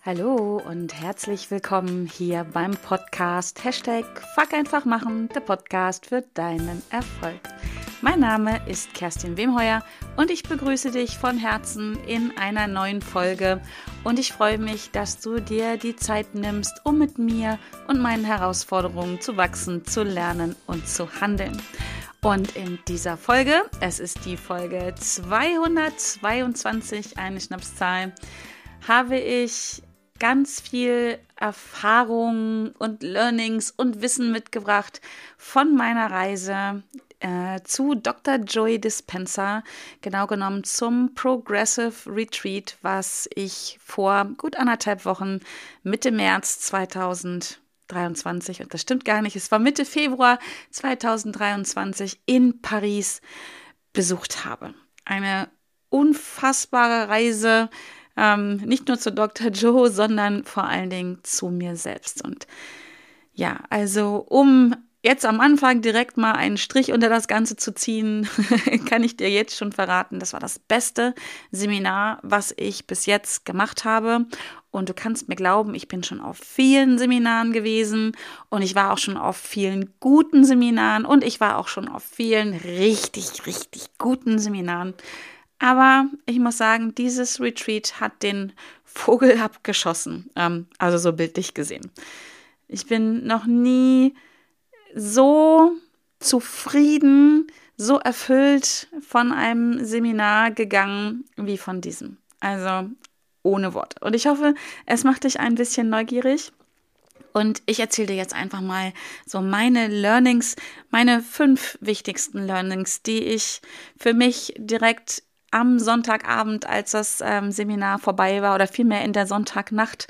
Hallo und herzlich willkommen hier beim Podcast Fuck einfach machen, der Podcast für deinen Erfolg. Mein Name ist Kerstin Wemheuer und ich begrüße dich von Herzen in einer neuen Folge und ich freue mich, dass du dir die Zeit nimmst, um mit mir und meinen Herausforderungen zu wachsen, zu lernen und zu handeln. Und in dieser Folge, es ist die Folge 222, eine Schnapszahl, habe ich ganz viel Erfahrung und Learnings und Wissen mitgebracht von meiner Reise zu Dr. Joe Dispenza, genau genommen zum Progressive Retreat, was ich vor gut 1,5 Wochen Mitte März 2023, und das stimmt gar nicht, es war Mitte Februar 2023 in Paris besucht habe. Eine unfassbare Reise, nicht nur zu Dr. Joe, sondern vor allen Dingen zu mir selbst. Und ja, also um jetzt am Anfang direkt mal einen Strich unter das Ganze zu ziehen, kann ich dir jetzt schon verraten, das war das beste Seminar, was ich bis jetzt gemacht habe. Und du kannst mir glauben, ich bin schon auf vielen Seminaren gewesen und ich war auch schon auf vielen guten Seminaren und ich war auch schon auf vielen richtig, richtig guten Seminaren. Aber ich muss sagen, dieses Retreat hat den Vogel abgeschossen, also so bildlich gesehen. Ich bin noch nie so zufrieden, so erfüllt von einem Seminar gegangen wie von diesem. Also ohne Worte. Und ich hoffe, es macht dich ein bisschen neugierig. Und ich erzähle dir jetzt einfach mal so meine Learnings, meine 5 wichtigsten Learnings, die ich für mich direkt am Sonntagabend, als das Seminar vorbei war, oder vielmehr in der Sonntagnacht,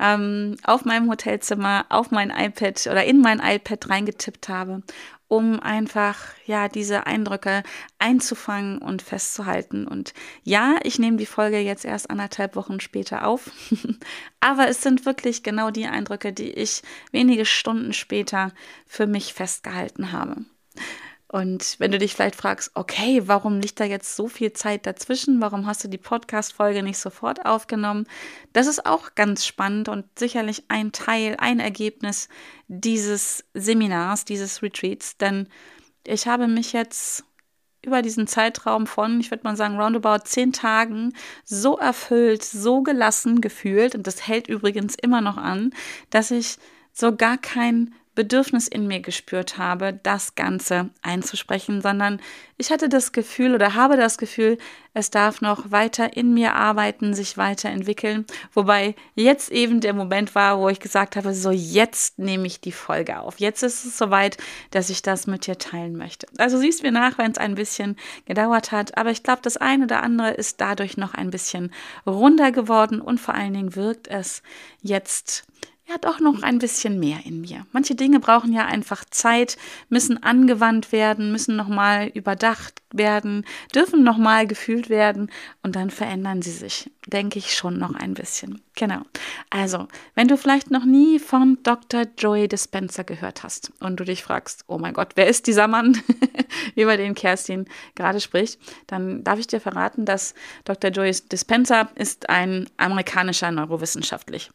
auf meinem Hotelzimmer, auf mein iPad oder in mein iPad reingetippt habe, um einfach ja diese Eindrücke einzufangen und festzuhalten. Und ja, ich nehme die Folge jetzt erst 1,5 Wochen später auf, aber es sind wirklich genau die Eindrücke, die ich wenige Stunden später für mich festgehalten habe. Und wenn du dich vielleicht fragst, okay, warum liegt da jetzt so viel Zeit dazwischen? Warum hast du die Podcast-Folge nicht sofort aufgenommen? Das ist auch ganz spannend und sicherlich ein Teil, ein Ergebnis dieses Seminars, dieses Retreats. Denn ich habe mich jetzt über diesen Zeitraum von, ich würde mal sagen, roundabout 10 Tagen so erfüllt, so gelassen gefühlt, und das hält übrigens immer noch an, dass ich so gar kein Bedürfnis in mir gespürt habe, das Ganze einzusprechen, sondern ich hatte das Gefühl oder habe das Gefühl, es darf noch weiter in mir arbeiten, sich weiterentwickeln, wobei jetzt eben der Moment war, wo ich gesagt habe, so jetzt nehme ich die Folge auf. Jetzt ist es soweit, dass ich das mit dir teilen möchte. Also siehst mir nach, wenn es ein bisschen gedauert hat, aber ich glaube, das eine oder andere ist dadurch noch ein bisschen runder geworden und vor allen Dingen wirkt es jetzt ja doch noch ein bisschen mehr in mir. Manche Dinge brauchen ja einfach Zeit, müssen angewandt werden, müssen nochmal überdacht werden, dürfen nochmal gefühlt werden und dann verändern sie sich, denke ich, schon noch ein bisschen. Genau. Also, wenn du vielleicht noch nie von Dr. Joe Dispenza gehört hast und du dich fragst, oh mein Gott, wer ist dieser Mann, über den Kerstin gerade spricht, dann darf ich dir verraten, dass Dr. Joe Dispenza ist ein amerikanischer Neurowissenschaftler.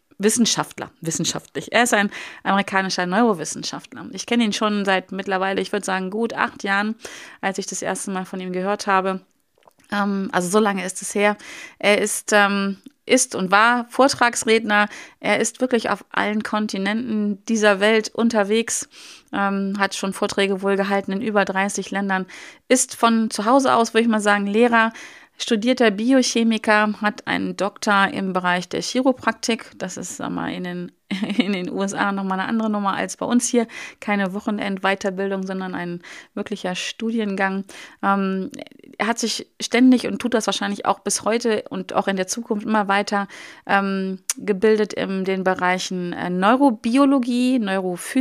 Er ist ein amerikanischer Neurowissenschaftler. Ich kenne ihn schon seit mittlerweile, ich würde sagen, gut 8 Jahren, als ich das erste Mal von ihm gehört habe. Also so lange ist es her. Er ist und war Vortragsredner. Er ist wirklich auf allen Kontinenten dieser Welt unterwegs, hat schon Vorträge wohl gehalten in über 30 Ländern, ist von zu Hause aus, würde ich mal sagen, Lehrer, studierter Biochemiker, hat einen Doktor im Bereich der Chiropraktik. Das ist, sag mal, in den USA nochmal eine andere Nummer als bei uns hier. Keine Wochenend-Weiterbildung, sondern ein wirklicher Studiengang. Er hat sich ständig und tut das wahrscheinlich auch bis heute und auch in der Zukunft immer weiter gebildet in den Bereichen Neurobiologie,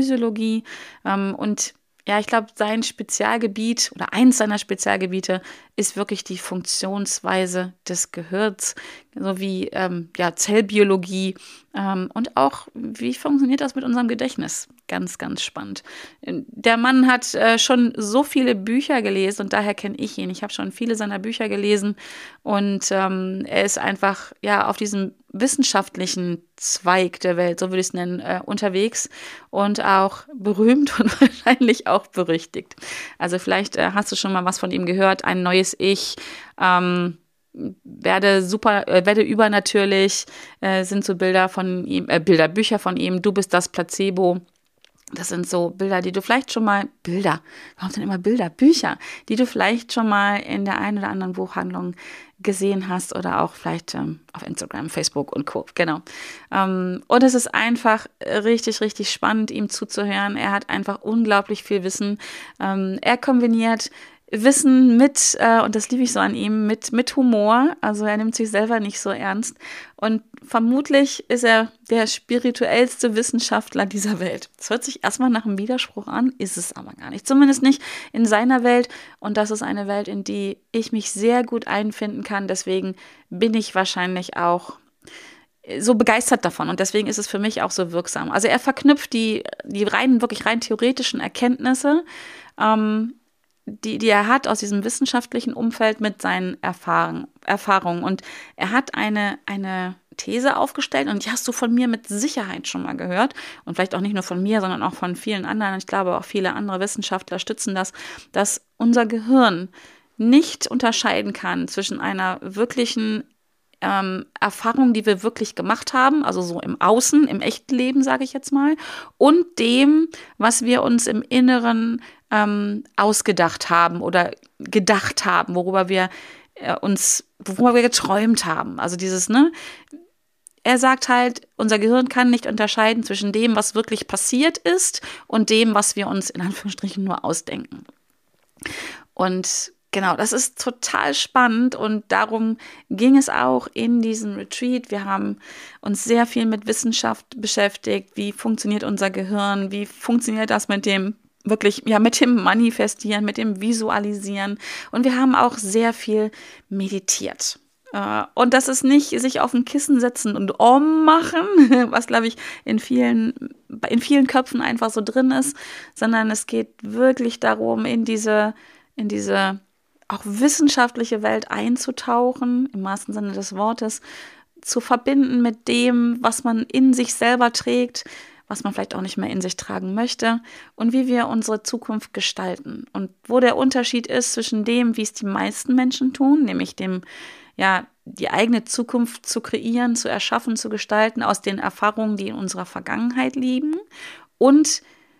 Neurophysiologie und ja, ich glaube, sein Spezialgebiet oder eins seiner Spezialgebiete ist wirklich die Funktionsweise des Gehirns, sowie Zellbiologie und auch, wie funktioniert das mit unserem Gedächtnis? Ganz, ganz spannend. Der Mann hat schon so viele Bücher gelesen und daher kenne ich ihn. Ich habe schon viele seiner Bücher gelesen und er ist einfach auf diesem wissenschaftlichen Zweig der Welt, so würde ich es nennen, unterwegs und auch berühmt und wahrscheinlich auch berüchtigt. Also vielleicht hast du schon mal was von ihm gehört, ein neues Ich, werde übernatürlich, sind so Bilder von ihm, Bücher von ihm, du bist das Placebo. Das sind so Bilder, die du vielleicht schon mal, warum denn immer Bilder? Bücher, die du vielleicht schon mal in der einen oder anderen Buchhandlung gesehen hast oder auch vielleicht auf Instagram, Facebook und Co. Genau. Und es ist einfach richtig, richtig spannend, ihm zuzuhören. Er hat einfach unglaublich viel Wissen. Er kombiniert Wissen mit, und das liebe ich so an ihm, mit Humor. Also er nimmt sich selber nicht so ernst. Und vermutlich ist er der spirituellste Wissenschaftler dieser Welt. Das hört sich erstmal nach einem Widerspruch an, ist es aber gar nicht. Zumindest nicht in seiner Welt. Und das ist eine Welt, in die ich mich sehr gut einfinden kann. Deswegen bin ich wahrscheinlich auch so begeistert davon und deswegen ist es für mich auch so wirksam. Also er verknüpft die wirklich rein theoretischen Erkenntnisse, die er hat aus diesem wissenschaftlichen Umfeld mit seinen Erfahrungen. Und er hat eine These aufgestellt und die hast du von mir mit Sicherheit schon mal gehört und vielleicht auch nicht nur von mir, sondern auch von vielen anderen. Ich glaube, auch viele andere Wissenschaftler stützen das, dass unser Gehirn nicht unterscheiden kann zwischen einer wirklichen Erfahrung, die wir wirklich gemacht haben, also so im Außen, im echten Leben, sage ich jetzt mal, und dem, was wir uns im Inneren ausgedacht haben oder gedacht haben, worüber wir geträumt haben. Also dieses, ne? Er sagt halt, unser Gehirn kann nicht unterscheiden zwischen dem, was wirklich passiert ist und dem, was wir uns in Anführungsstrichen nur ausdenken. Und genau, das ist total spannend und darum ging es auch in diesem Retreat. Wir haben uns sehr viel mit Wissenschaft beschäftigt. Wie funktioniert unser Gehirn? Wie funktioniert das mit dem mit dem Manifestieren, mit dem Visualisieren? Und wir haben auch sehr viel meditiert. Und das ist nicht sich auf ein Kissen setzen und machen, was, glaube ich, in vielen Köpfen einfach so drin ist, sondern es geht wirklich darum, in diese auch wissenschaftliche Welt einzutauchen, im wahrsten Sinne des Wortes, zu verbinden mit dem, was man in sich selber trägt, was man vielleicht auch nicht mehr in sich tragen möchte und wie wir unsere Zukunft gestalten. Und wo der Unterschied ist zwischen dem, wie es die meisten Menschen tun, nämlich die eigene Zukunft zu kreieren, zu erschaffen, zu gestalten aus den Erfahrungen, die in unserer Vergangenheit liegen und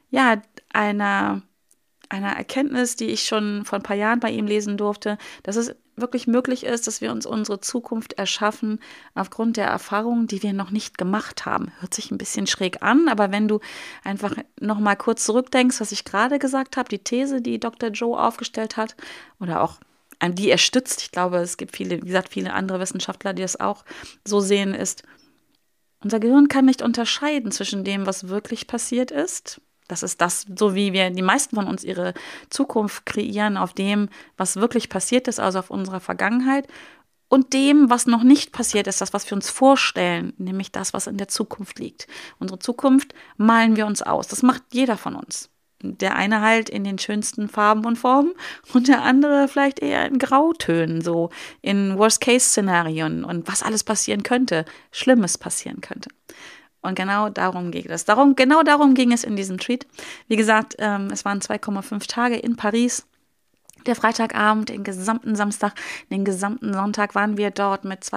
einer Erkenntnis, die ich schon vor ein paar Jahren bei ihm lesen durfte, dass es wirklich möglich ist, dass wir uns unsere Zukunft erschaffen aufgrund der Erfahrungen, die wir noch nicht gemacht haben. Hört sich ein bisschen schräg an, aber wenn du einfach noch mal kurz zurückdenkst, was ich gerade gesagt habe, die These, die Dr. Joe aufgestellt hat oder auch an die er stützt, ich glaube, es gibt viele andere Wissenschaftler, die es auch so sehen, ist, unser Gehirn kann nicht unterscheiden zwischen dem, was wirklich passiert ist. Das ist das, so wie die meisten von uns ihre Zukunft kreieren, auf dem, was wirklich passiert ist, also auf unserer Vergangenheit, und dem, was noch nicht passiert ist, das, was wir uns vorstellen, nämlich das, was in der Zukunft liegt. Unsere Zukunft malen wir uns aus. Das macht jeder von uns. Der eine halt in den schönsten Farben und Formen und der andere vielleicht eher in Grautönen, so in Worst-Case-Szenarien und was alles passieren könnte, Schlimmes passieren könnte. Und genau darum ging es. Genau darum ging es in diesem Retreat. Wie gesagt, es waren 2,5 Tage in Paris. Der Freitagabend, den gesamten Samstag, den gesamten Sonntag waren wir dort mit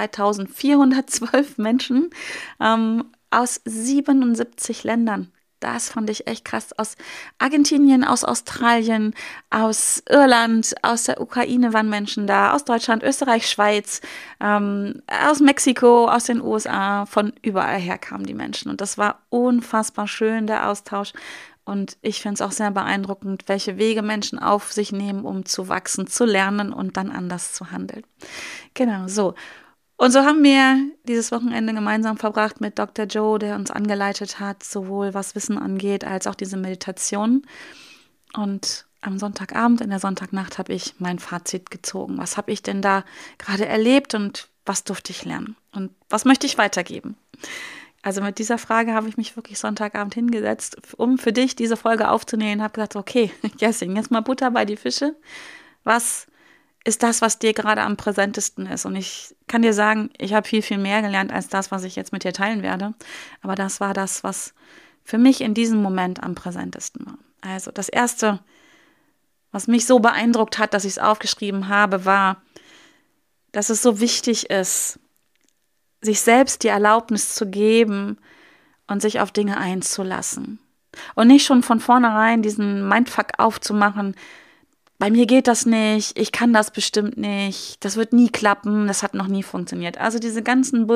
2412 Menschen aus 77 Ländern. Das fand ich echt krass. Aus Argentinien, aus Australien, aus Irland, aus der Ukraine waren Menschen da, aus Deutschland, Österreich, Schweiz, aus Mexiko, aus den USA, von überall her kamen die Menschen. Und das war unfassbar schön, der Austausch. Und ich finde es auch sehr beeindruckend, welche Wege Menschen auf sich nehmen, um zu wachsen, zu lernen und dann anders zu handeln. Genau, so. Und so haben wir dieses Wochenende gemeinsam verbracht mit Dr. Joe, der uns angeleitet hat, sowohl was Wissen angeht, als auch diese Meditation. Und am Sonntagabend, in der Sonntagnacht habe ich mein Fazit gezogen. Was habe ich denn da gerade erlebt und was durfte ich lernen? Und was möchte ich weitergeben? Also mit dieser Frage habe ich mich wirklich Sonntagabend hingesetzt, um für dich diese Folge aufzunehmen. Habe gesagt, okay, Jessin, jetzt mal Butter bei die Fische. Was ist das, was dir gerade am präsentesten ist? Und ich kann dir sagen, ich habe viel, viel mehr gelernt als das, was ich jetzt mit dir teilen werde. Aber das war das, was für mich in diesem Moment am präsentesten war. Also das Erste, was mich so beeindruckt hat, dass ich es aufgeschrieben habe, war, dass es so wichtig ist, sich selbst die Erlaubnis zu geben und sich auf Dinge einzulassen. Und nicht schon von vornherein diesen Mindfuck aufzumachen, bei mir geht das nicht, ich kann das bestimmt nicht, das wird nie klappen, das hat noch nie funktioniert. Also diese ganzen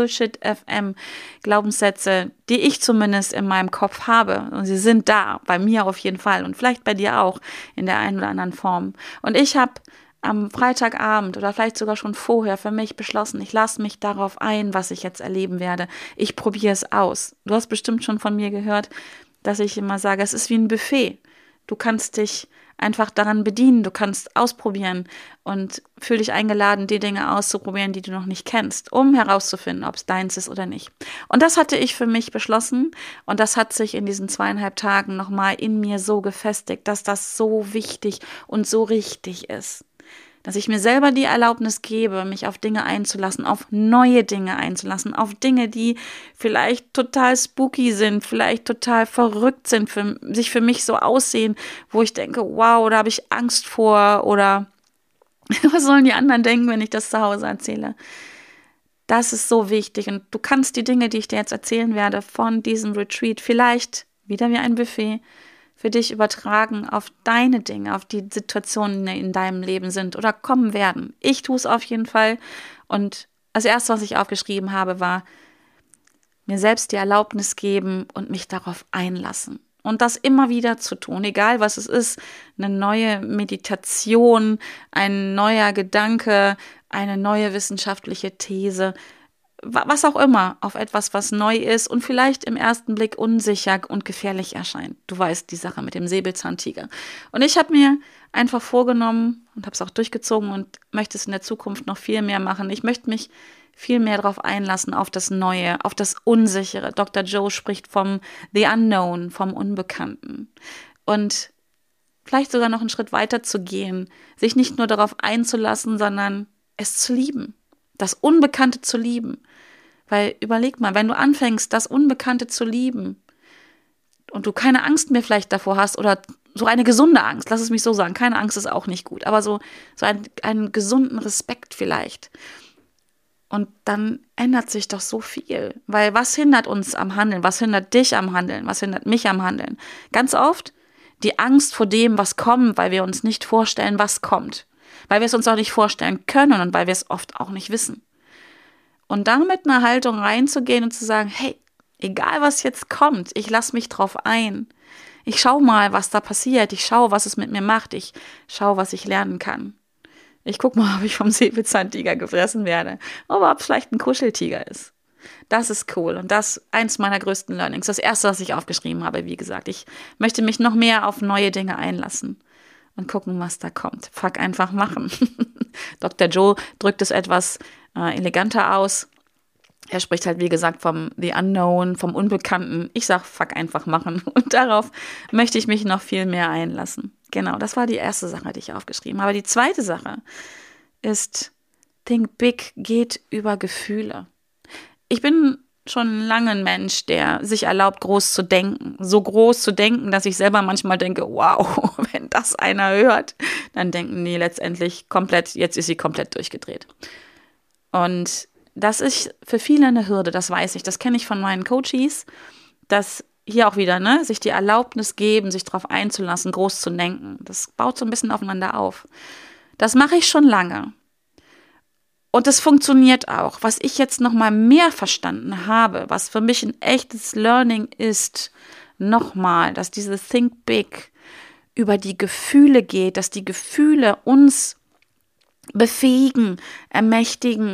Bullshit-FM-Glaubenssätze, die ich zumindest in meinem Kopf habe, und sie sind da, bei mir auf jeden Fall und vielleicht bei dir auch in der einen oder anderen Form. Und ich habe am Freitagabend oder vielleicht sogar schon vorher für mich beschlossen, ich lasse mich darauf ein, was ich jetzt erleben werde. Ich probiere es aus. Du hast bestimmt schon von mir gehört, dass ich immer sage, es ist wie ein Buffet. Du kannst dich einfach daran bedienen, du kannst ausprobieren und fühl dich eingeladen, die Dinge auszuprobieren, die du noch nicht kennst, um herauszufinden, ob es deins ist oder nicht. Und das hatte ich für mich beschlossen und das hat sich in diesen 2,5 Tagen nochmal in mir so gefestigt, dass das so wichtig und so richtig ist. Dass ich mir selber die Erlaubnis gebe, mich auf Dinge einzulassen, auf neue Dinge einzulassen, auf Dinge, die vielleicht total spooky sind, vielleicht total verrückt sind, sich für mich so aussehen, wo ich denke, wow, da habe ich Angst vor oder was sollen die anderen denken, wenn ich das zu Hause erzähle? Das ist so wichtig und du kannst die Dinge, die ich dir jetzt erzählen werde, von diesem Retreat vielleicht wieder wie ein Buffet für dich übertragen auf deine Dinge, auf die Situationen, die in deinem Leben sind oder kommen werden. Ich tue es auf jeden Fall. Und das Erste, was ich aufgeschrieben habe, war, mir selbst die Erlaubnis geben und mich darauf einlassen. Und das immer wieder zu tun, egal was es ist, eine neue Meditation, ein neuer Gedanke, eine neue wissenschaftliche These, was auch immer, auf etwas, was neu ist und vielleicht im ersten Blick unsicher und gefährlich erscheint. Du weißt, die Sache mit dem Säbelzahntiger. Und ich habe mir einfach vorgenommen und habe es auch durchgezogen und möchte es in der Zukunft noch viel mehr machen. Ich möchte mich viel mehr darauf einlassen, auf das Neue, auf das Unsichere. Dr. Joe spricht vom The Unknown, vom Unbekannten. Und vielleicht sogar noch einen Schritt weiter zu gehen, sich nicht nur darauf einzulassen, sondern es zu lieben. Das Unbekannte zu lieben. Weil überleg mal, wenn du anfängst, das Unbekannte zu lieben und du keine Angst mehr vielleicht davor hast oder so eine gesunde Angst, lass es mich so sagen, keine Angst ist auch nicht gut, aber so einen gesunden Respekt vielleicht. Und dann ändert sich doch so viel. Weil was hindert uns am Handeln? Was hindert dich am Handeln? Was hindert mich am Handeln? Ganz oft die Angst vor dem, was kommt, weil wir uns nicht vorstellen, was kommt. Weil wir es uns auch nicht vorstellen können und weil wir es oft auch nicht wissen. Und dann mit einer Haltung reinzugehen und zu sagen, hey, egal was jetzt kommt, ich lasse mich drauf ein. Ich schaue mal, was da passiert. Ich schaue, was es mit mir macht. Ich schaue, was ich lernen kann. Ich gucke mal, ob ich vom Säbelzahntiger gefressen werde. Oder ob es vielleicht ein Kuscheltiger ist. Das ist cool und das ist eins meiner größten Learnings. Das Erste, was ich aufgeschrieben habe, wie gesagt. Ich möchte mich noch mehr auf neue Dinge einlassen und gucken, was da kommt. Fuck, einfach machen. Dr. Joe drückt es etwas eleganter aus. Er spricht halt, wie gesagt, vom The Unknown, vom Unbekannten. Ich sag, fuck, einfach machen. Und darauf möchte ich mich noch viel mehr einlassen. Genau, das war die erste Sache, die ich aufgeschrieben habe. Aber die zweite Sache ist, Think Big geht über Gefühle. Ich bin schon lange ein Mensch, der sich erlaubt, groß zu denken. So groß zu denken, dass ich selber manchmal denke, wow, wenn das einer hört, dann denken die letztendlich komplett, jetzt ist sie komplett durchgedreht. Und das ist für viele eine Hürde, das weiß ich. Das kenne ich von meinen Coaches, dass hier auch wieder, sich die Erlaubnis geben, sich darauf einzulassen, groß zu denken. Das baut so ein bisschen aufeinander auf. Das mache ich schon lange. Und das funktioniert auch. Was ich jetzt noch mal mehr verstanden habe, was für mich ein echtes Learning ist, nochmal, dass dieses Think Big über die Gefühle geht, dass die Gefühle uns befähigen, ermächtigen,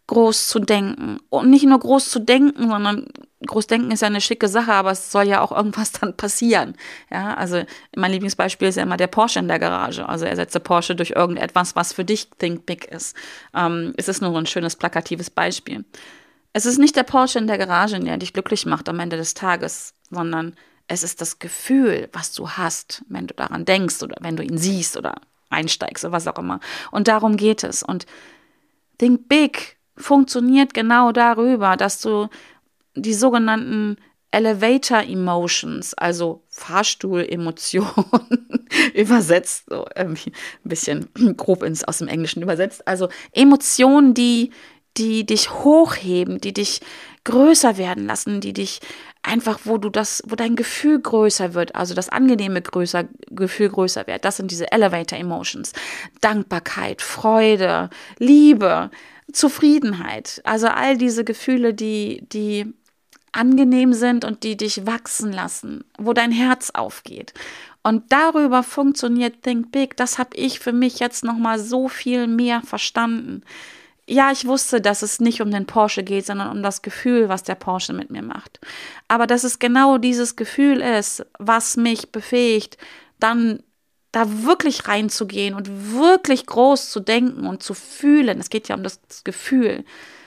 groß zu denken. Und nicht nur groß zu denken, sondern groß denken ist ja eine schicke Sache, aber es soll ja auch irgendwas dann passieren. Ja, also mein Lieblingsbeispiel ist ja immer der Porsche in der Garage. Also ersetze Porsche durch irgendetwas, was für dich Think Big ist. Es ist nur ein schönes plakatives Beispiel. Es ist nicht der Porsche in der Garage, der dich glücklich macht am Ende des Tages, sondern es ist das Gefühl, was du hast, wenn du daran denkst oder wenn du ihn siehst oder einsteigst oder was auch immer. Und darum geht es. Und Think Big funktioniert genau darüber, dass du die sogenannten Elevator Emotions, also Fahrstuhl-Emotionen, übersetzt, so irgendwie ein bisschen grob aus dem Englischen übersetzt, also Emotionen, die dich hochheben, die dich größer werden lassen, die dich einfach, wo dein Gefühl größer wird, also das angenehme Gefühl größer wird. Das sind diese Elevator Emotions. Dankbarkeit, Freude, Liebe, Zufriedenheit. Also all diese Gefühle, die angenehm sind und die dich wachsen lassen, wo dein Herz aufgeht. Und darüber funktioniert Think Big. Das habe ich für mich jetzt nochmal so viel mehr verstanden. Ja, ich wusste, dass es nicht um den Porsche geht, sondern um das Gefühl, was der Porsche mit mir macht. Aber dass es genau dieses Gefühl ist, was mich befähigt, dann da wirklich reinzugehen und wirklich groß zu denken und zu fühlen. Es geht ja um das Gefühl.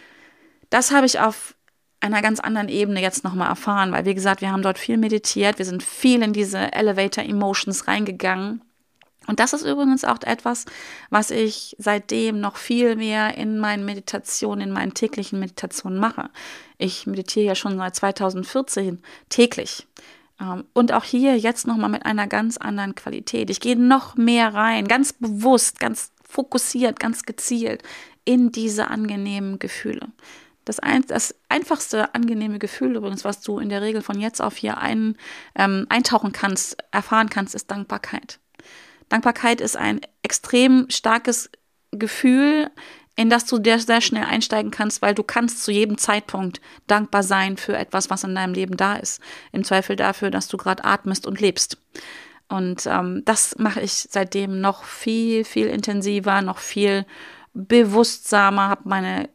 Das habe ich auf einer ganz anderen Ebene jetzt nochmal erfahren, weil, wie gesagt, wir haben dort viel meditiert, wir sind viel in diese Elevator Emotions reingegangen. Und das ist übrigens auch etwas, was ich seitdem noch viel mehr in meinen Meditationen, in meinen täglichen Meditationen mache. Ich meditiere ja schon seit 2014 täglich. Und auch hier jetzt nochmal mit einer ganz anderen Qualität. Ich gehe noch mehr rein, ganz bewusst, ganz fokussiert, ganz gezielt in diese angenehmen Gefühle. Das einfachste angenehme Gefühl übrigens, was du in der Regel von jetzt auf hier eintauchen kannst, erfahren kannst, ist Dankbarkeit. Dankbarkeit ist ein extrem starkes Gefühl, in das du sehr schnell einsteigen kannst, weil du kannst zu jedem Zeitpunkt dankbar sein für etwas, was in deinem Leben da ist. Im Zweifel dafür, dass du gerade atmest und lebst. Und das mache ich seitdem noch viel, viel intensiver, noch viel bewusstsamer, habe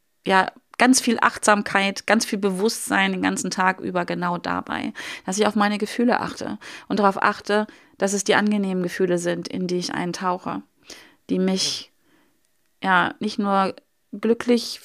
ganz viel Achtsamkeit, ganz viel Bewusstsein den ganzen Tag über genau dabei, dass ich auf meine Gefühle achte und darauf achte, dass es die angenehmen Gefühle sind, in die ich eintauche, die mich nicht nur glücklich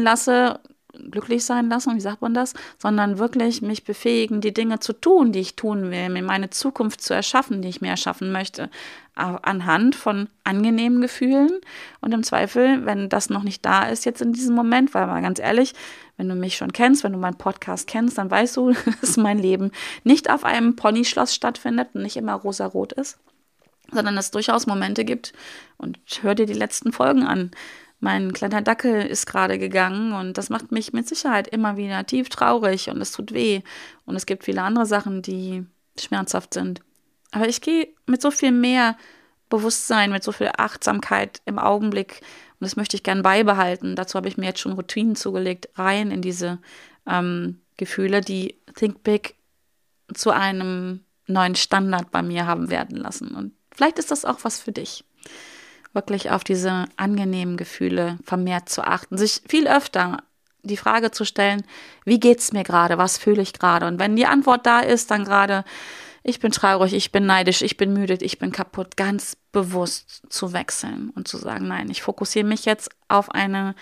sein lassen, wie sagt man das, sondern wirklich mich befähigen, die Dinge zu tun, die ich tun will, mir meine Zukunft zu erschaffen, die ich mir erschaffen möchte, anhand von angenehmen Gefühlen und im Zweifel, wenn das noch nicht da ist jetzt in diesem Moment, weil mal ganz ehrlich, wenn du mich schon kennst, wenn du meinen Podcast kennst, dann weißt du, dass mein Leben nicht auf einem Ponyschloss stattfindet und nicht immer rosarot ist, sondern es durchaus Momente gibt und hör dir die letzten Folgen an. Mein kleiner Dackel ist gerade gegangen und das macht mich mit Sicherheit immer wieder tief traurig und es tut weh. Und es gibt viele andere Sachen, die schmerzhaft sind. Aber ich gehe mit so viel mehr Bewusstsein, mit so viel Achtsamkeit im Augenblick und das möchte ich gern beibehalten. Dazu habe ich mir jetzt schon Routinen zugelegt, rein in diese Gefühle, die Think Big zu einem neuen Standard bei mir haben werden lassen. Und vielleicht ist das auch was für dich. Wirklich auf diese angenehmen Gefühle vermehrt zu achten, sich viel öfter die Frage zu stellen, wie geht's mir gerade, was fühle ich gerade? Und wenn die Antwort da ist, dann gerade, ich bin traurig, ich bin neidisch, ich bin müde, ich bin kaputt, ganz bewusst zu wechseln und zu sagen, nein, ich fokussiere mich jetzt auf eine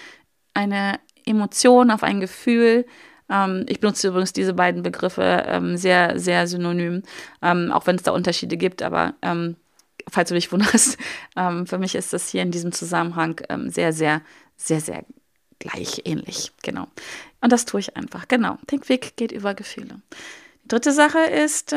Emotion, auf ein Gefühl. Ich benutze übrigens diese beiden Begriffe sehr, sehr synonym, auch wenn es da Unterschiede gibt, aber falls du dich wunderst, für mich ist das hier in diesem Zusammenhang sehr, sehr, sehr, sehr gleich ähnlich. Genau. Und das tue ich einfach. Genau. Think Big geht über Gefühle. Die dritte Sache ist,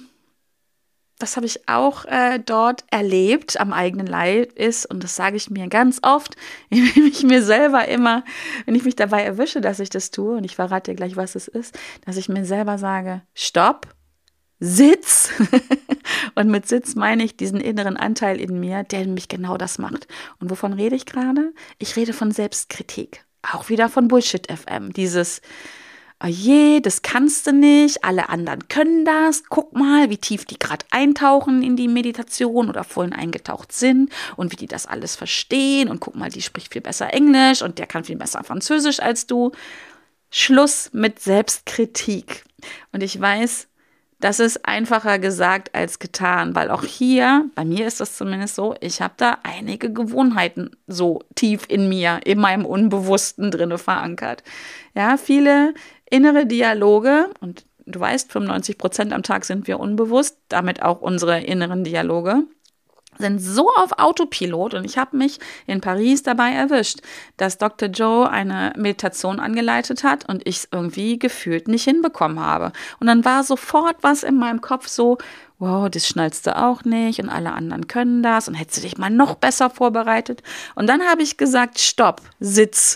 das habe ich auch dort erlebt, am eigenen Leib ist, und das sage ich mir ganz oft, indem ich mir selber immer, wenn ich mich dabei erwische, dass ich das tue, und ich verrate dir gleich, was es ist, dass ich mir selber sage, stopp, Sitz. Und mit Sitz meine ich diesen inneren Anteil in mir, der mich genau das macht. Und wovon rede ich gerade? Ich rede von Selbstkritik. Auch wieder von Bullshit FM. Dieses, oh je, das kannst du nicht, alle anderen können das, guck mal, wie tief die gerade eintauchen in die Meditation oder vorhin eingetaucht sind und wie die das alles verstehen und guck mal, die spricht viel besser Englisch und der kann viel besser Französisch als du. Schluss mit Selbstkritik. Und ich weiß, das ist einfacher gesagt als getan, weil auch hier, bei mir ist das zumindest so, ich habe da einige Gewohnheiten so tief in mir, in meinem Unbewussten drinne verankert. Ja, viele innere Dialoge, und du weißt, 95% am Tag sind wir unbewusst, damit auch unsere inneren Dialoge, sind so auf Autopilot und ich habe mich in Paris dabei erwischt, dass Dr. Joe eine Meditation angeleitet hat und ich es irgendwie gefühlt nicht hinbekommen habe. Und dann war sofort was in meinem Kopf so, wow, das schnallst du auch nicht und alle anderen können das und hättest du dich mal noch besser vorbereitet. Und dann habe ich gesagt, stopp, Sitz.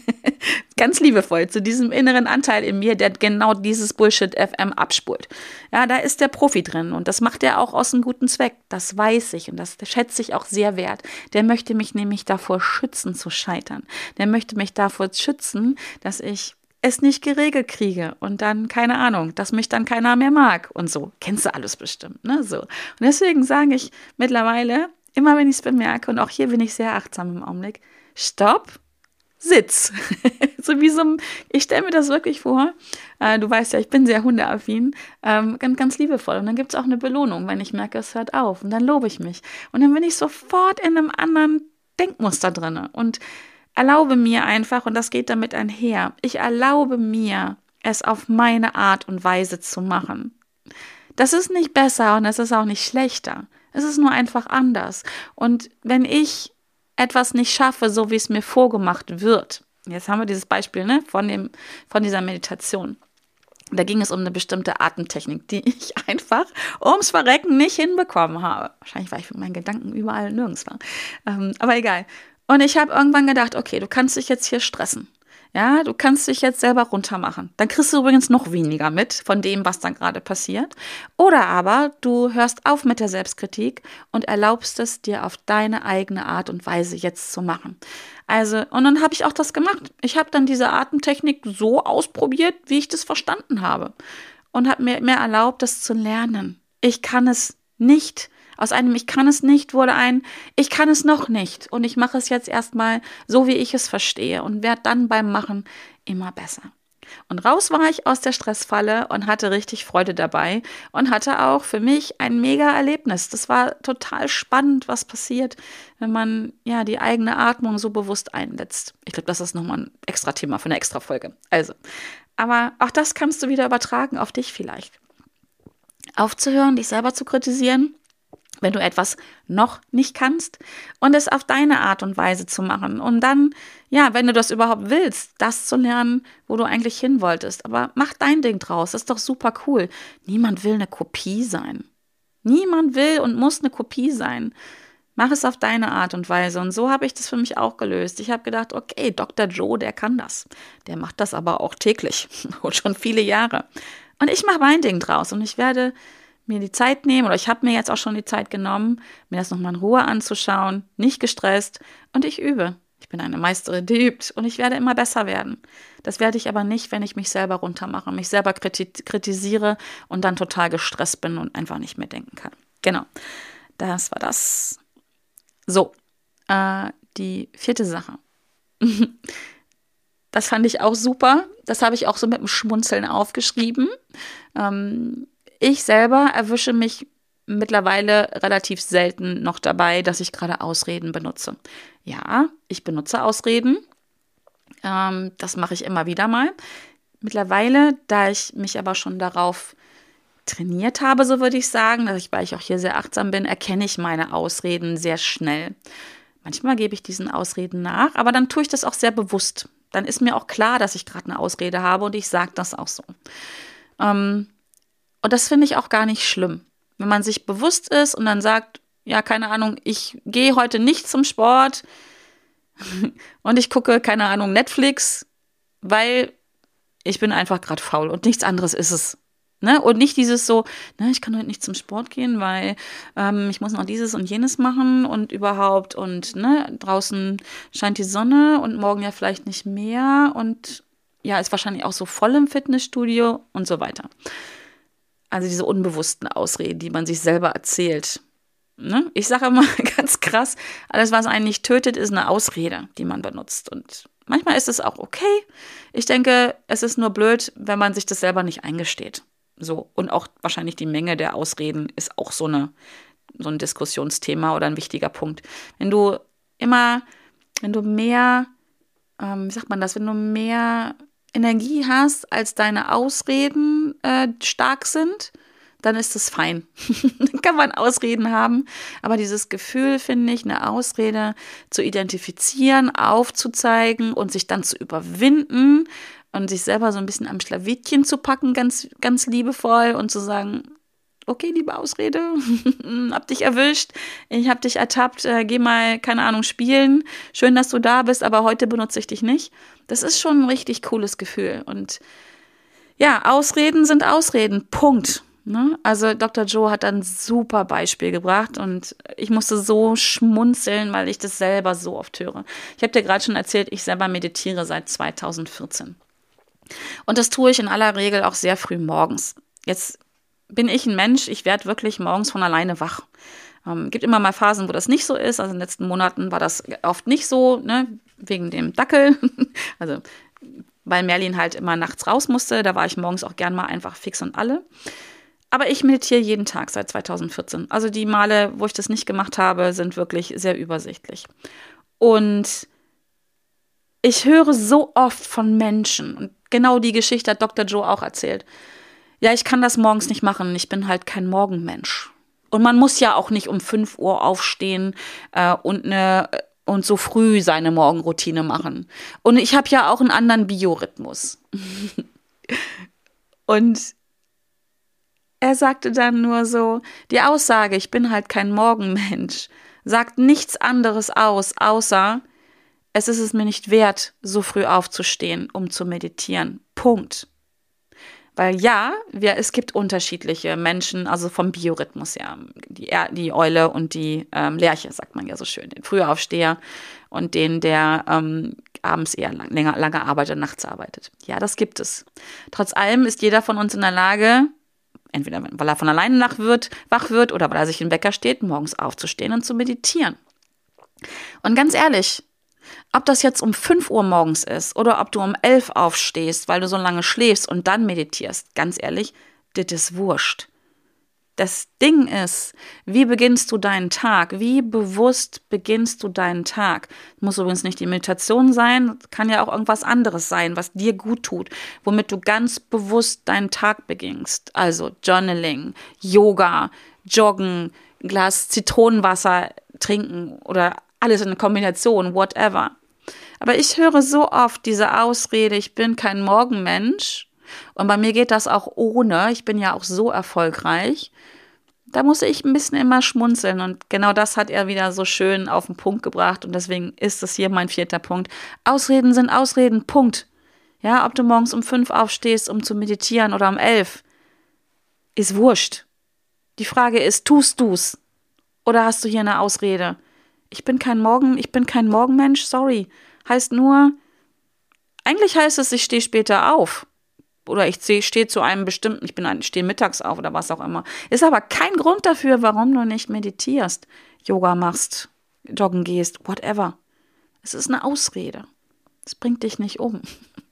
Ganz liebevoll zu diesem inneren Anteil in mir, der genau dieses Bullshit FM abspult. Ja, da ist der Profi drin und das macht er auch aus einem guten Zweck. Das weiß ich und das schätze ich auch sehr wert. Der möchte mich nämlich davor schützen zu scheitern. Der möchte mich davor schützen, dass ich es nicht geregelt kriege und dann, keine Ahnung, dass mich dann keiner mehr mag und so. Kennst du alles bestimmt, ne? So. Und deswegen sage ich mittlerweile, immer wenn ich es bemerke, und auch hier bin ich sehr achtsam im Augenblick, stopp, Sitz. So wie so ich stelle mir das wirklich vor, du weißt ja, ich bin sehr hundeaffin, ganz, ganz liebevoll. Und dann gibt es auch eine Belohnung, wenn ich merke, es hört auf. Und dann lobe ich mich. Und dann bin ich sofort in einem anderen Denkmuster drin und erlaube mir einfach, und das geht damit einher, ich erlaube mir, es auf meine Art und Weise zu machen. Das ist nicht besser und es ist auch nicht schlechter. Es ist nur einfach anders. Und wenn ich etwas nicht schaffe, so wie es mir vorgemacht wird. Jetzt haben wir dieses Beispiel, ne, von dieser Meditation. Da ging es um eine bestimmte Atemtechnik, die ich einfach ums Verrecken nicht hinbekommen habe. Wahrscheinlich, weil ich mit meinen Gedanken überall nirgends war. Aber egal. Und ich habe irgendwann gedacht, okay, du kannst dich jetzt hier stressen. Ja, du kannst dich jetzt selber runtermachen. Dann kriegst du übrigens noch weniger mit von dem, was dann gerade passiert. Oder aber du hörst auf mit der Selbstkritik und erlaubst es dir auf deine eigene Art und Weise jetzt zu machen. Also, und dann habe ich auch das gemacht. Ich habe dann diese Atemtechnik so ausprobiert, wie ich das verstanden habe. Und habe mir mehr erlaubt, das zu lernen. Ich kann es nicht. Aus einem Ich kann es nicht wurde ein Ich kann es noch nicht. Und ich mache es jetzt erstmal so, wie ich es verstehe und werde dann beim Machen immer besser. Und raus war ich aus der Stressfalle und hatte richtig Freude dabei und hatte auch für mich ein mega Erlebnis. Das war total spannend, was passiert, wenn man ja die eigene Atmung so bewusst einsetzt. Ich glaube, das ist nochmal ein extra Thema für eine extra Folge. Also, aber auch das kannst du wieder übertragen auf dich vielleicht. Aufzuhören, dich selber zu kritisieren, wenn du etwas noch nicht kannst und es auf deine Art und Weise zu machen und dann, ja, wenn du das überhaupt willst, das zu lernen, wo du eigentlich hin wolltest. Aber mach dein Ding draus, das ist doch super cool. Niemand will eine Kopie sein. Niemand will und muss eine Kopie sein. Mach es auf deine Art und Weise. Und so habe ich das für mich auch gelöst. Ich habe gedacht, okay, Dr. Joe, der kann das. Der macht das aber auch täglich und schon viele Jahre. Und ich mache mein Ding draus und ich werde mir die Zeit nehmen, oder ich habe mir jetzt auch schon die Zeit genommen, mir das nochmal in Ruhe anzuschauen, nicht gestresst und ich übe. Ich bin eine Meisterin, die übt und ich werde immer besser werden. Das werde ich aber nicht, wenn ich mich selber runtermache, mich selber kritisiere und dann total gestresst bin und einfach nicht mehr denken kann. Genau, das war das. So, die 4. Sache. Das fand ich auch super. Das habe ich auch so mit dem Schmunzeln aufgeschrieben. Ich selber erwische mich mittlerweile relativ selten noch dabei, dass ich gerade Ausreden benutze. Ja, ich benutze Ausreden. Das mache ich immer wieder mal. Mittlerweile, da ich mich aber schon darauf trainiert habe, so würde ich sagen, weil ich auch hier sehr achtsam bin, erkenne ich meine Ausreden sehr schnell. Manchmal gebe ich diesen Ausreden nach, aber dann tue ich das auch sehr bewusst. Dann ist mir auch klar, dass ich gerade eine Ausrede habe und ich sage das auch so. Und das finde ich auch gar nicht schlimm. Wenn man sich bewusst ist und dann sagt, ja, keine Ahnung, ich gehe heute nicht zum Sport und ich gucke, keine Ahnung, Netflix, weil ich bin einfach gerade faul und nichts anderes ist es. Ne? Und nicht dieses so, ne, ich kann heute nicht zum Sport gehen, weil ich muss noch dieses und jenes machen und überhaupt und ne, draußen scheint die Sonne und morgen ja vielleicht nicht mehr und ja, ist wahrscheinlich auch so voll im Fitnessstudio und so weiter. Also diese unbewussten Ausreden, die man sich selber erzählt. Ne? Ich sage immer ganz krass, alles, was einen nicht tötet, ist eine Ausrede, die man benutzt. Und manchmal ist es auch okay. Ich denke, es ist nur blöd, wenn man sich das selber nicht eingesteht. So. Und auch wahrscheinlich die Menge der Ausreden ist auch so ein Diskussionsthema oder ein wichtiger Punkt. Wenn du mehr, wie sagt man das, wenn du mehr Energie hast, als deine Ausreden stark sind, dann ist es fein. Dann kann man Ausreden haben. Aber dieses Gefühl, finde ich, eine Ausrede zu identifizieren, aufzuzeigen und sich dann zu überwinden und sich selber so ein bisschen am Schlawittchen zu packen, ganz, ganz liebevoll und zu sagen, okay, liebe Ausrede, hab dich erwischt, ich hab dich ertappt, geh mal, keine Ahnung, spielen. Schön, dass du da bist, aber heute benutze ich dich nicht. Das ist schon ein richtig cooles Gefühl. Und ja, Ausreden sind Ausreden, Punkt. Ne? Also Dr. Joe hat ein super Beispiel gebracht und ich musste so schmunzeln, weil ich das selber so oft höre. Ich habe dir gerade schon erzählt, ich selber meditiere seit 2014. Und das tue ich in aller Regel auch sehr früh morgens. Jetzt bin ich ein Mensch, ich werde wirklich morgens von alleine wach. Gibt immer mal Phasen, wo das nicht so ist. Also in den letzten Monaten war das oft nicht so, ne, wegen dem Dackel. Also weil Merlin halt immer nachts raus musste. Da war ich morgens auch gern mal einfach fix und alle. Aber ich meditiere jeden Tag seit 2014. Also die Male, wo ich das nicht gemacht habe, sind wirklich sehr übersichtlich. Und ich höre so oft von Menschen, und genau die Geschichte hat Dr. Joe auch erzählt. Ja, ich kann das morgens nicht machen, ich bin halt kein Morgenmensch. Und man muss ja auch nicht um 5 Uhr aufstehen und so früh seine Morgenroutine machen. Und ich habe ja auch einen anderen Biorhythmus. Und er sagte dann nur so, die Aussage, ich bin halt kein Morgenmensch, sagt nichts anderes aus, außer es ist es mir nicht wert, so früh aufzustehen, um zu meditieren. Punkt. Weil ja, es gibt unterschiedliche Menschen, also vom Biorhythmus her. Die Eule und die Lerche, sagt man ja so schön. Den Frühaufsteher und den, der abends eher lange arbeitet, nachts arbeitet. Ja, das gibt es. Trotz allem ist jeder von uns in der Lage, entweder weil er von alleine wach wird oder weil er sich im Wecker steht, morgens aufzustehen und zu meditieren. Und ganz ehrlich, ob das jetzt um 5 Uhr morgens ist oder ob du um 11 aufstehst, weil du so lange schläfst und dann meditierst, ganz ehrlich, das ist wurscht. Das Ding ist, wie beginnst du deinen Tag? Wie bewusst beginnst du deinen Tag? Muss übrigens nicht die Meditation sein, kann ja auch irgendwas anderes sein, was dir gut tut, womit du ganz bewusst deinen Tag beginnst. Also Journaling, Yoga, Joggen, ein Glas Zitronenwasser trinken oder alles in Kombination, whatever. Aber ich höre so oft diese Ausrede, ich bin kein Morgenmensch. Und bei mir geht das auch ohne. Ich bin ja auch so erfolgreich. Da muss ich ein bisschen immer schmunzeln. Und genau das hat er wieder so schön auf den Punkt gebracht. Und deswegen ist das hier mein 4. Punkt. Ausreden sind Ausreden, Punkt. Ja, ob du morgens um 5 aufstehst, um zu meditieren oder um 11, ist wurscht. Die Frage ist, tust du's? Oder hast du hier eine Ausrede? Ich bin kein Morgenmensch, sorry. Heißt nur, eigentlich heißt es, ich stehe später auf. Oder ich stehe zu einem bestimmten, ich stehe mittags auf oder was auch immer. Ist aber kein Grund dafür, warum du nicht meditierst, Yoga machst, joggen gehst, whatever. Es ist eine Ausrede. Es bringt dich nicht um.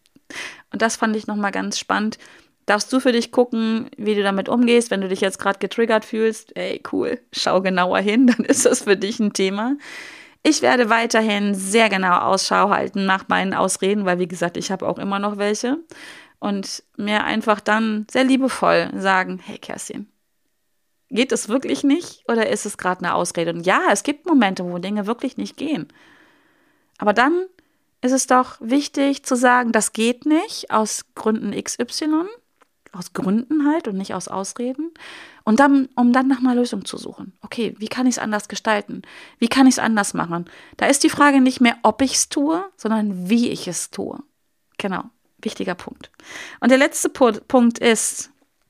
Und das fand ich nochmal ganz spannend. Darfst du für dich gucken, wie du damit umgehst, wenn du dich jetzt gerade getriggert fühlst? Ey, cool, schau genauer hin, dann ist das für dich ein Thema. Ich werde weiterhin sehr genau Ausschau halten nach meinen Ausreden, weil wie gesagt, ich habe auch immer noch welche. Und mir einfach dann sehr liebevoll sagen, hey Kerstin, geht es wirklich nicht oder ist es gerade eine Ausrede? Und ja, es gibt Momente, wo Dinge wirklich nicht gehen. Aber dann ist es doch wichtig zu sagen, das geht nicht aus Gründen XY, aus Gründen halt und nicht aus Ausreden. Und dann, um dann nach einer Lösung zu suchen. Okay, wie kann ich es anders gestalten? Wie kann ich es anders machen? Da ist die Frage nicht mehr, ob ich es tue, sondern wie ich es tue. Genau. Wichtiger Punkt. Und der letzte Punkt ist,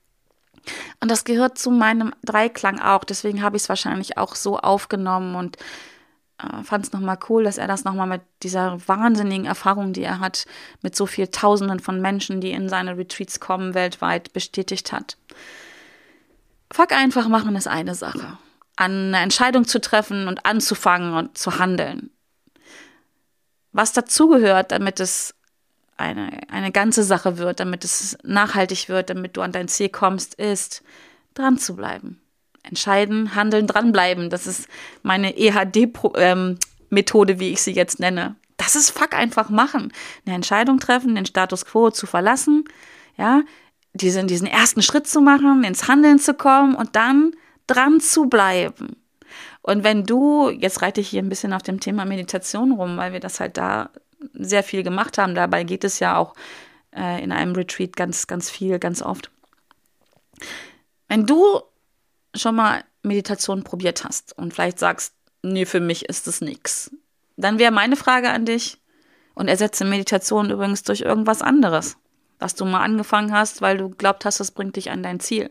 und das gehört zu meinem Dreiklang auch, deswegen habe ich es wahrscheinlich auch so aufgenommen und fand es nochmal cool, dass er das nochmal mit dieser wahnsinnigen Erfahrung, die er hat, mit so vielen Tausenden von Menschen, die in seine Retreats kommen, weltweit bestätigt hat. Fuck einfach machen ist eine Sache. Eine Entscheidung zu treffen und anzufangen und zu handeln. Was dazugehört, damit es eine ganze Sache wird, damit es nachhaltig wird, damit du an dein Ziel kommst, ist, dran zu bleiben. Entscheiden, handeln, dranbleiben. Das ist meine EHD-Methode, wie ich sie jetzt nenne. Das ist fuck einfach machen. Eine Entscheidung treffen, den Status quo zu verlassen, ja, diesen ersten Schritt zu machen, ins Handeln zu kommen und dann dran zu bleiben. Und wenn du, jetzt reite ich hier ein bisschen auf dem Thema Meditation rum, weil wir das halt da sehr viel gemacht haben, dabei geht es ja auch in einem Retreat ganz, ganz viel, ganz oft. Wenn du schon mal Meditation probiert hast und vielleicht sagst, nee, für mich ist das nix, dann wäre meine Frage an dich, und ersetze Meditation übrigens durch irgendwas anderes, was du mal angefangen hast, weil du glaubt hast, das bringt dich an dein Ziel.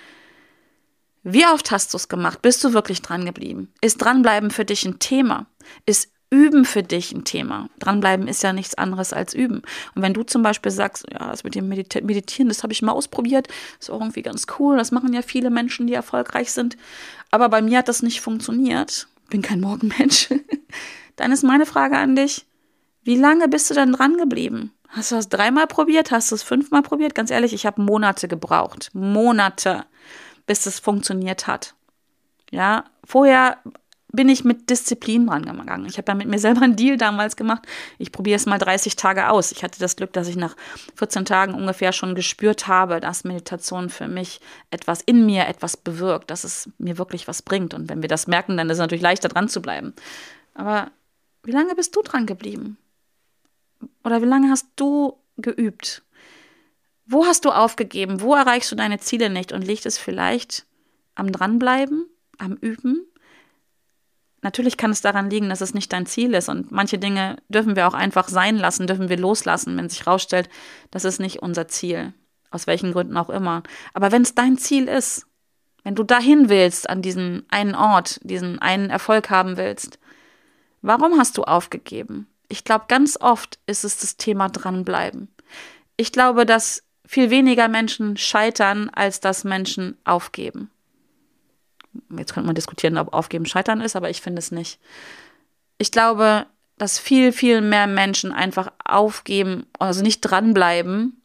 Wie oft hast du es gemacht? Bist du wirklich dran geblieben? Ist dranbleiben für dich ein Thema? Ist Üben für dich ein Thema? Dranbleiben ist ja nichts anderes als Üben. Und wenn du zum Beispiel sagst, ja, das mit dem Meditieren, das habe ich mal ausprobiert, ist auch irgendwie ganz cool, das machen ja viele Menschen, die erfolgreich sind, aber bei mir hat das nicht funktioniert, bin kein Morgenmensch, dann ist meine Frage an dich, wie lange bist du denn dran geblieben? Hast du das 3-mal probiert? Hast du es 5-mal probiert? Ganz ehrlich, ich habe Monate gebraucht. Monate, bis es funktioniert hat. Ja, vorher bin ich mit Disziplin dran gegangen. Ich habe ja mit mir selber einen Deal damals gemacht. Ich probiere es mal 30 Tage aus. Ich hatte das Glück, dass ich nach 14 Tagen ungefähr schon gespürt habe, dass Meditation für mich in mir etwas bewirkt, dass es mir wirklich was bringt. Und wenn wir das merken, dann ist es natürlich leichter, dran zu bleiben. Aber wie lange bist du dran geblieben? Oder wie lange hast du geübt? Wo hast du aufgegeben? Wo erreichst du deine Ziele nicht? Und liegt es vielleicht am Dranbleiben, am Üben? Natürlich kann es daran liegen, dass es nicht dein Ziel ist. Und manche Dinge dürfen wir auch einfach sein lassen, dürfen wir loslassen, wenn sich rausstellt, das ist nicht unser Ziel. Aus welchen Gründen auch immer. Aber wenn es dein Ziel ist, wenn du dahin willst, an diesen einen Ort, diesen einen Erfolg haben willst, warum hast du aufgegeben? Ich glaube, ganz oft ist es das Thema Dranbleiben. Ich glaube, dass viel weniger Menschen scheitern, als dass Menschen aufgeben. Jetzt könnte man diskutieren, ob Aufgeben Scheitern ist, aber ich finde es nicht. Ich glaube, dass viel, viel mehr Menschen einfach aufgeben, also nicht dranbleiben,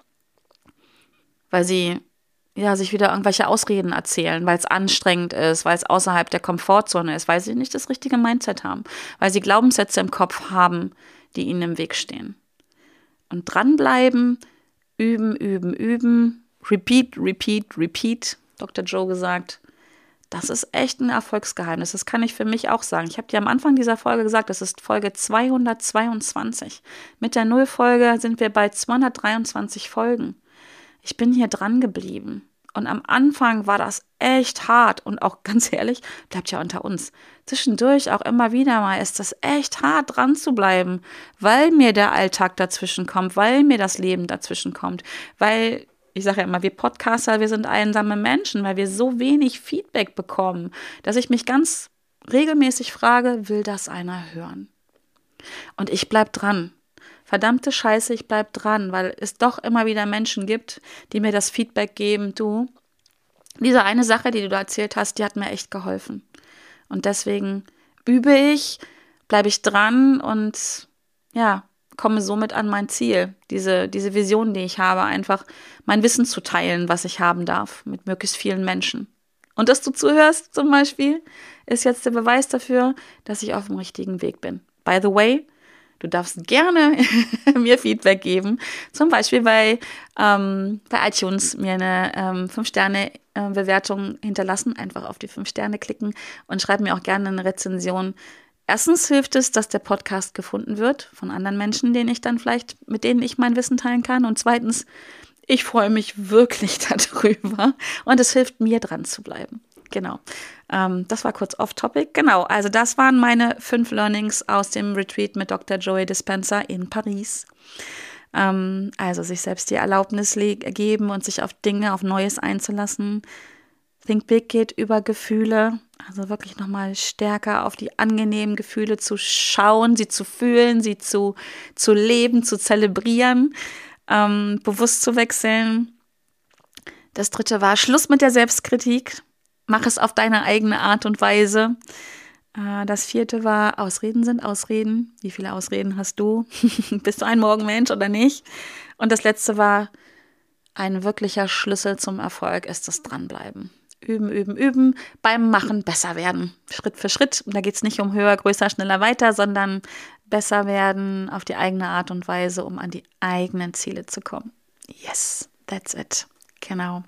weil sie sich wieder irgendwelche Ausreden erzählen, weil es anstrengend ist, weil es außerhalb der Komfortzone ist, weil sie nicht das richtige Mindset haben, weil sie Glaubenssätze im Kopf haben, die ihnen im Weg stehen. Und dranbleiben, üben, üben, üben, repeat, repeat, repeat, Dr. Joe gesagt, das ist echt ein Erfolgsgeheimnis. Das kann ich für mich auch sagen. Ich habe dir am Anfang dieser Folge gesagt, das ist Folge 222. Mit der Nullfolge sind wir bei 223 Folgen. Ich bin hier dran geblieben. Und am Anfang war das echt hart. Und auch ganz ehrlich, bleibt ja unter uns. Zwischendurch auch immer wieder mal ist das echt hart, dran zu bleiben, weil mir der Alltag dazwischen kommt, weil mir das Leben dazwischen kommt, weil ich sage ja immer, wir Podcaster, wir sind einsame Menschen, weil wir so wenig Feedback bekommen, dass ich mich ganz regelmäßig frage, will das einer hören? Und ich bleib dran. Verdammte Scheiße, ich bleib dran, weil es doch immer wieder Menschen gibt, die mir das Feedback geben, du, diese eine Sache, die du da erzählt hast, die hat mir echt geholfen. Und deswegen übe ich, bleibe ich dran und komme somit an mein Ziel, diese Vision, die ich habe, einfach mein Wissen zu teilen, was ich haben darf, mit möglichst vielen Menschen. Und dass du zuhörst zum Beispiel, ist jetzt der Beweis dafür, dass ich auf dem richtigen Weg bin. By the way, du darfst gerne mir Feedback geben, zum Beispiel bei iTunes mir eine 5-Sterne-Bewertung hinterlassen, einfach auf die 5 Sterne klicken und schreib mir auch gerne eine Rezension. Erstens hilft es, dass der Podcast gefunden wird von anderen Menschen, mit denen ich mein Wissen teilen kann. Und zweitens, ich freue mich wirklich darüber und es hilft mir, dran zu bleiben. Genau. Das war kurz off-topic. Genau, also das waren meine 5 Learnings aus dem Retreat mit Dr. Joey Dispenza in Paris. Also sich selbst die Erlaubnis geben und sich auf Dinge, auf Neues einzulassen. Think Big geht über Gefühle, also wirklich nochmal stärker auf die angenehmen Gefühle zu schauen, sie zu fühlen, sie zu leben, zu zelebrieren, bewusst zu wechseln. Das 3. war Schluss mit der Selbstkritik, mach es auf deine eigene Art und Weise. Das 4. war Ausreden sind Ausreden. Wie viele Ausreden hast du? Bist du ein Morgenmensch oder nicht? Und das letzte war, ein wirklicher Schlüssel zum Erfolg ist das Dranbleiben. Üben, üben, üben, beim Machen besser werden. Schritt für Schritt. Und da geht es nicht um höher, größer, schneller, weiter, sondern besser werden auf die eigene Art und Weise, um an die eigenen Ziele zu kommen. Yes, that's it. Genau.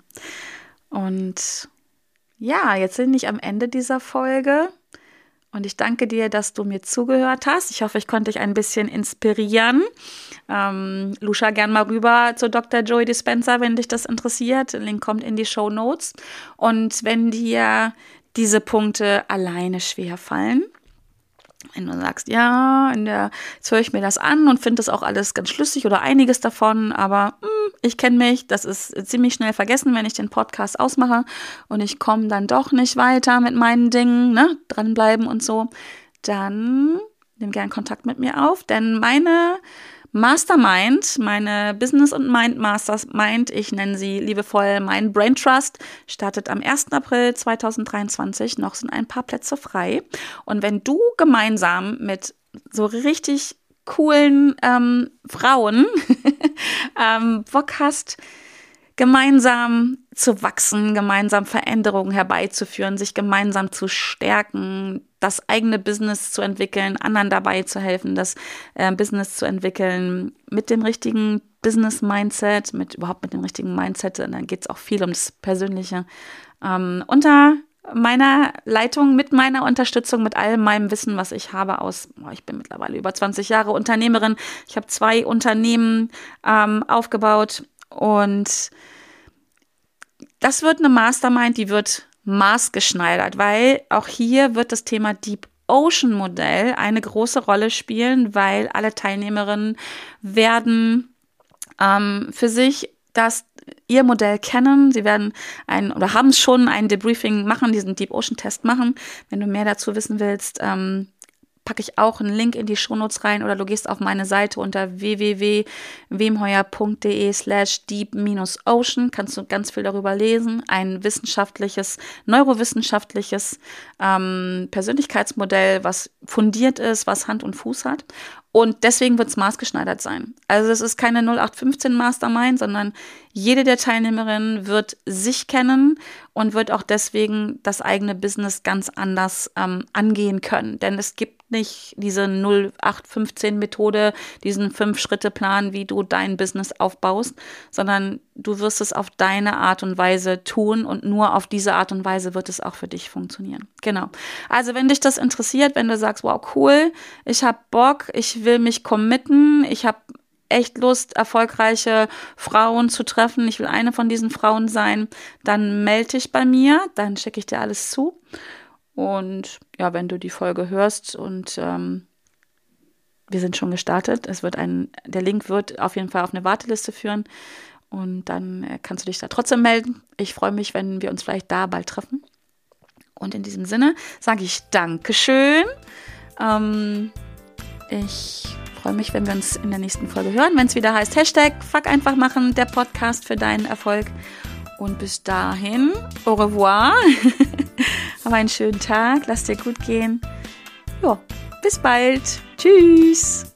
Und ja, jetzt bin ich am Ende dieser Folge. Und ich danke dir, dass du mir zugehört hast. Ich hoffe, ich konnte dich ein bisschen inspirieren. Luscha gern mal rüber zu Dr. Joy Dispenza, wenn dich das interessiert. Der Link kommt in die Shownotes. Und wenn dir diese Punkte alleine schwerfallen, wenn du sagst, ja, jetzt höre ich mir das an und finde das auch alles ganz schlüssig oder einiges davon, aber ich kenne mich, das ist ziemlich schnell vergessen, wenn ich den Podcast ausmache und ich komme dann doch nicht weiter mit meinen Dingen, ne, dranbleiben und so, dann nimm gern Kontakt mit mir auf, denn meine Mastermind, meine Business- und Mind Mastermind, ich nenne sie liebevoll mein Brain Trust, startet am 1. April 2023. Noch sind ein paar Plätze frei. Und wenn du gemeinsam mit so richtig coolen Frauen Bock hast, gemeinsam zu wachsen, gemeinsam Veränderungen herbeizuführen, sich gemeinsam zu stärken, das eigene Business zu entwickeln, anderen dabei zu helfen, das Business zu entwickeln mit dem richtigen Business-Mindset, mit dem richtigen Mindset, und dann geht es auch viel ums Persönliche, unter meiner Leitung, mit meiner Unterstützung, mit all meinem Wissen, was ich habe ich bin mittlerweile über 20 Jahre Unternehmerin, ich habe 2 Unternehmen aufgebaut und das wird eine Mastermind, die wird maßgeschneidert, weil auch hier wird das Thema Deep Ocean Modell eine große Rolle spielen, weil alle Teilnehmerinnen werden für sich ihr Modell kennen. Sie werden haben schon ein Debriefing machen, diesen Deep Ocean Test machen. Wenn du mehr dazu wissen willst, packe ich auch einen Link in die Shownotes rein oder du gehst auf meine Seite unter www.wemheuer.de/deep-ocean, kannst du ganz viel darüber lesen. Ein neurowissenschaftliches Persönlichkeitsmodell, was fundiert ist, was Hand und Fuß hat. Und deswegen wird es maßgeschneidert sein. Also es ist keine 0815 Mastermind, sondern jede der Teilnehmerinnen wird sich kennen und wird auch deswegen das eigene Business ganz anders angehen können. Denn es gibt nicht diese 0815-Methode, diesen 5-Schritte-Plan, wie du dein Business aufbaust, sondern du wirst es auf deine Art und Weise tun und nur auf diese Art und Weise wird es auch für dich funktionieren. Genau. Also wenn dich das interessiert, wenn du sagst, wow, cool, ich habe Bock, ich will mich committen, ich habe echt Lust, erfolgreiche Frauen zu treffen, ich will eine von diesen Frauen sein, dann melde dich bei mir, dann schicke ich dir alles zu. Und ja, wenn du die Folge hörst und wir sind schon gestartet, der Link wird auf jeden Fall auf eine Warteliste führen und dann kannst du dich da trotzdem melden. Ich freue mich, wenn wir uns vielleicht da bald treffen. Und in diesem Sinne sage ich Dankeschön. Ich freue mich, wenn wir uns in der nächsten Folge hören, wenn es wieder heißt #Fuck einfach machen, der Podcast für deinen Erfolg. Und bis dahin, au revoir. Hab einen schönen Tag, lass dir gut gehen. Ja, bis bald. Tschüss.